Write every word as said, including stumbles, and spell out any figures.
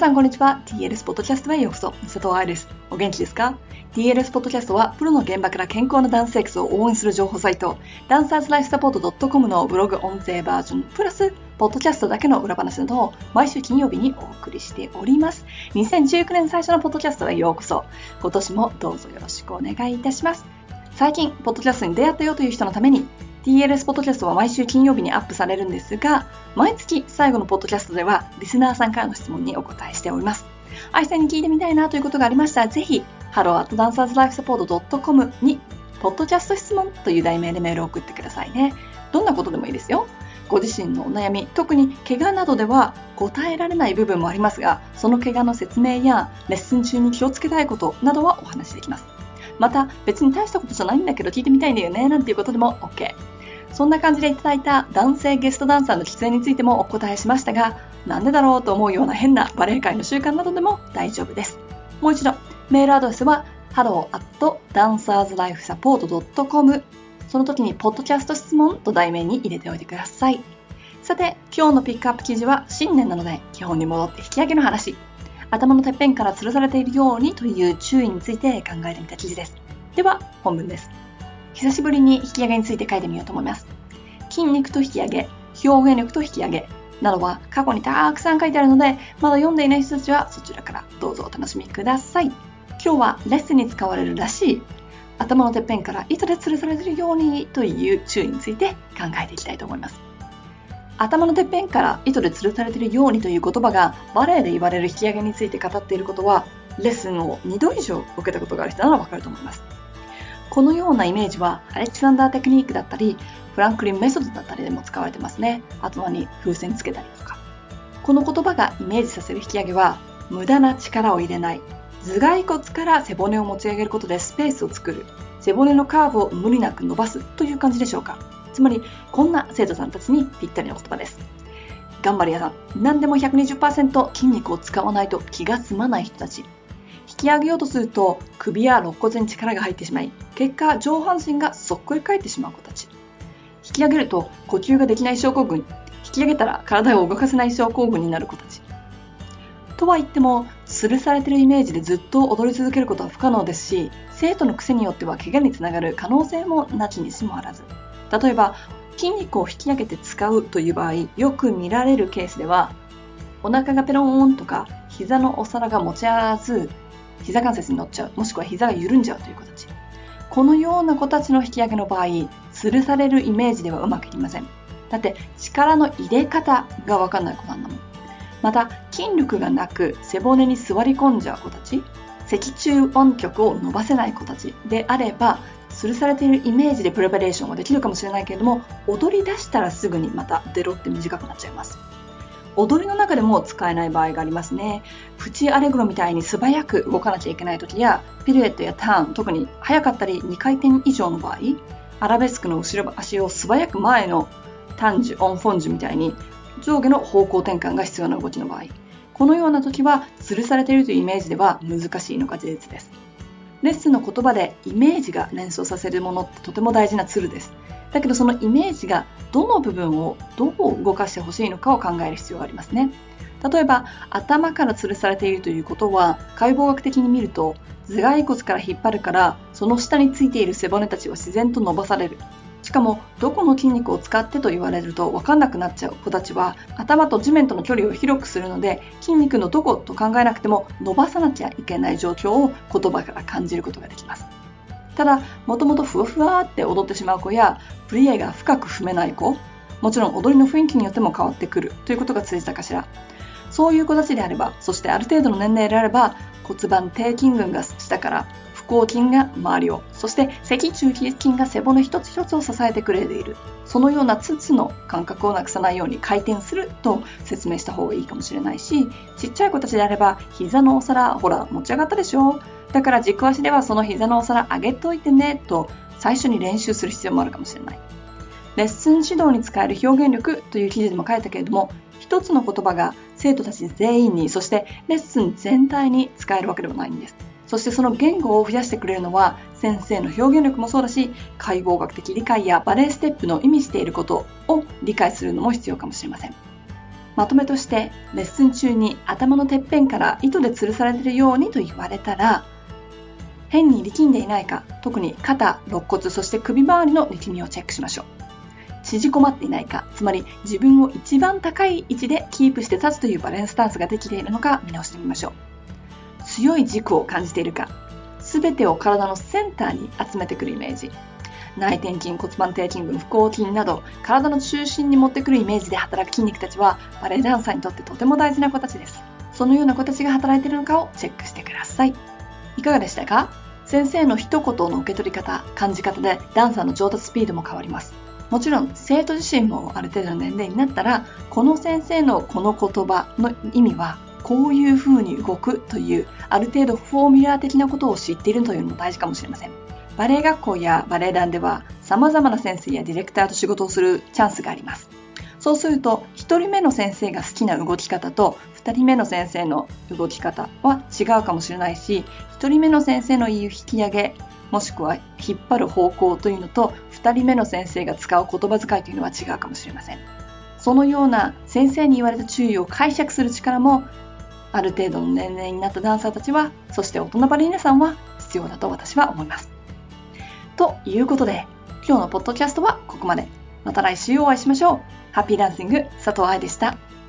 さんこんにちは。 ティーエルエス ポッドキャストへようこそ。佐藤愛です。お元気ですか？ ティーエルエス ポッドキャストはプロの現場から健康なダンスセックスを応援する情報サイト、ダンサーズライフサポート .com のブログ音声バージョンプラスポッドキャストだけの裏話などを毎週金曜日にお送りしております。にせんじゅうきゅうねん最初のポッドキャストへようこそ。今年もどうぞよろしくお願いいたします。最近ポッドキャストに出会ったよという人のために、ティーエルエス ポッドキャストは毎週金曜日にアップされるんですが、毎月最後のポッドキャストではリスナーさんからの質問にお答えしております。愛さんに聞いてみたいなということがありましたら、ぜひ ハロー アット ダンサーズライフサポート ドットコム にポッドキャスト質問という題名でメールを送ってくださいね。どんなことでもいいですよ。ご自身のお悩み、特に怪我などでは答えられない部分もありますが、その怪我の説明やレッスン中に気をつけたいことなどはお話しできます。また別に大したことじゃないんだけど聞いてみたいんだよねなんていうことでも OK。そんな感じでいただいた男性ゲストダンサーの出演についてもお答えしましたが、なんでだろうと思うような変なバレエ界の習慣などでも大丈夫です。もう一度、メールアドレスは ハロー アット ダンサーズライフサポート ドットコム。 その時にポッドキャスト質問と題名に入れておいてください。さて、今日のピックアップ記事は新年なので基本に戻って引き上げの話。頭のてっぺんから吊るされているようにという注意について考えてみた記事です。では本文です。久しぶりに引き上げについて書いてみようと思います。筋肉と引き上げ、表現力と引き上げなどは過去にたくさん書いてあるので、まだ読んでいない人たちはそちらからどうぞお楽しみください。今日はレッスンに使われるらしい頭のてっぺんから糸で吊るされているようにという注意について考えていきたいと思います。頭のてっぺんから糸で吊るされているようにという言葉がバレエで言われる引き上げについて語っていることは、レッスンをにど以上受けたことがある人ならわかると思います。このようなイメージはアレキサンダーテクニックだったりフランクリンメソッドだったりでも使われてますね。頭に風船つけたりとか。この言葉がイメージさせる引き上げは、無駄な力を入れない、頭蓋骨から背骨を持ち上げることでスペースを作る、背骨のカーブを無理なく伸ばすという感じでしょうか。つまりこんな生徒さんたちにぴったりな言葉です。頑張り屋さん、何でも ひゃくにじゅっパーセント 筋肉を使わないと気が済まない人たち。引き上げようとすると首や肋骨に力が入ってしまい、結果上半身がそっくり返ってしまう子たち。引き上げると呼吸ができない症候群、引き上げたら体を動かせない症候群になる子たち。とは言っても、吊るされているイメージでずっと踊り続けることは不可能ですし、生徒の癖によっては怪我につながる可能性もなきにしもあらず。例えば筋肉を引き上げて使うという場合、よく見られるケースでは、お腹がペローンとか膝のお皿が持ち上がらず膝関節に乗っちゃう、もしくは膝が緩んじゃうという子たち。このような子たちの引き上げの場合、吊るされるイメージではうまくいきません。だって力の入れ方が分かんない子なんだもん。また筋力がなく背骨に座り込んじゃう子たち、脊柱音曲を伸ばせない子たちであれば、吊るされているイメージでプレパレーションはできるかもしれないけれども、踊り出したらすぐにまたデロって短くなっちゃいます。踊りの中でも使えない場合がありますね。プチアレグロみたいに素早く動かなきゃいけない時や、ピルエットやターン、特に速かったりにかいてん以上の場合、アラベスクの後ろ足を素早く前のタンジュ、オンフォンジュみたいに上下の方向転換が必要な動きの場合、このような時は吊るされているというイメージでは難しいのが事実です。レッスンの言葉でイメージが連想させるものってとても大事なツールです。だけどそのイメージがどの部分をどう動かしてほしいのかを考える必要がありますね。例えば頭から吊るされているということは、解剖学的に見ると頭蓋骨から引っ張るから、その下についている背骨たちは自然と伸ばされる。しかもどこの筋肉を使ってと言われると分かんなくなっちゃう子たちは、頭と地面との距離を広くするので、筋肉のどこと考えなくても伸ばさなきゃいけない状況を言葉から感じることができます。ただ、もともとふわふわって踊ってしまう子や、プリエが深く踏めない子、もちろん踊りの雰囲気によっても変わってくるということが通じたかしら。そういう子たちであれば、そしてある程度の年齢であれば、骨盤底筋群が下から後筋が周りを、そして脊柱起立筋が背骨一つ一つを支えてくれている、そのような筒の感覚をなくさないように回転すると説明した方がいいかもしれないし、ちっちゃい子たちであれば、膝のお皿ほら持ち上がったでしょ、だから軸足ではその膝のお皿上げといてねと最初に練習する必要もあるかもしれない。レッスン指導に使える表現力という記事でも書いたけれども、一つの言葉が生徒たち全員に、そしてレッスン全体に使えるわけではないんです。そしてその言語を増やしてくれるのは、先生の表現力もそうだし、解剖学的理解やバレエステップの意味していることを理解するのも必要かもしれません。 まとめとして、レッスン中に頭のてっぺんから糸で吊るされているようにと言われたら、変に力んでいないか、特に肩、肋骨、そして首周りの力みをチェックしましょう。縮こまっていないか、つまり自分を一番高い位置でキープして立つというバランススタンスができているのか見直してみましょう。強い軸を感じているか、すべてを体のセンターに集めてくるイメージ。内転筋、骨盤底筋群、腹横筋など体の中心に持ってくるイメージで働く筋肉たちはバレエダンサーにとってとても大事な子たちです。そのような子たちが働いているのかをチェックしてください。いかがでしたか？先生の一言の受け取り方、感じ方でダンサーの上達スピードも変わります。もちろん生徒自身もある程度の年齢になったら、この先生のこの言葉の意味はこういう風に動くというある程度フォーミュラー的なことを知っているというのも大事かもしれません。バレエ学校やバレエ団では様々な先生やディレクターと仕事をするチャンスがあります。そうするとひとりめの先生が好きな動き方とふたりめの先生の動き方は違うかもしれないし、ひとりめの先生の言う引き上げもしくは引っ張る方向というのとふたりめの先生が使う言葉遣いというのは違うかもしれません。そのような先生に言われた注意を解釈する力もある程度の年齢になったダンサーたちは、そして大人バレリーナさんは必要だと私は思います。ということで、今日のポッドキャストはここまで。また来週お会いしましょう。ハッピーダンシング佐藤愛でした。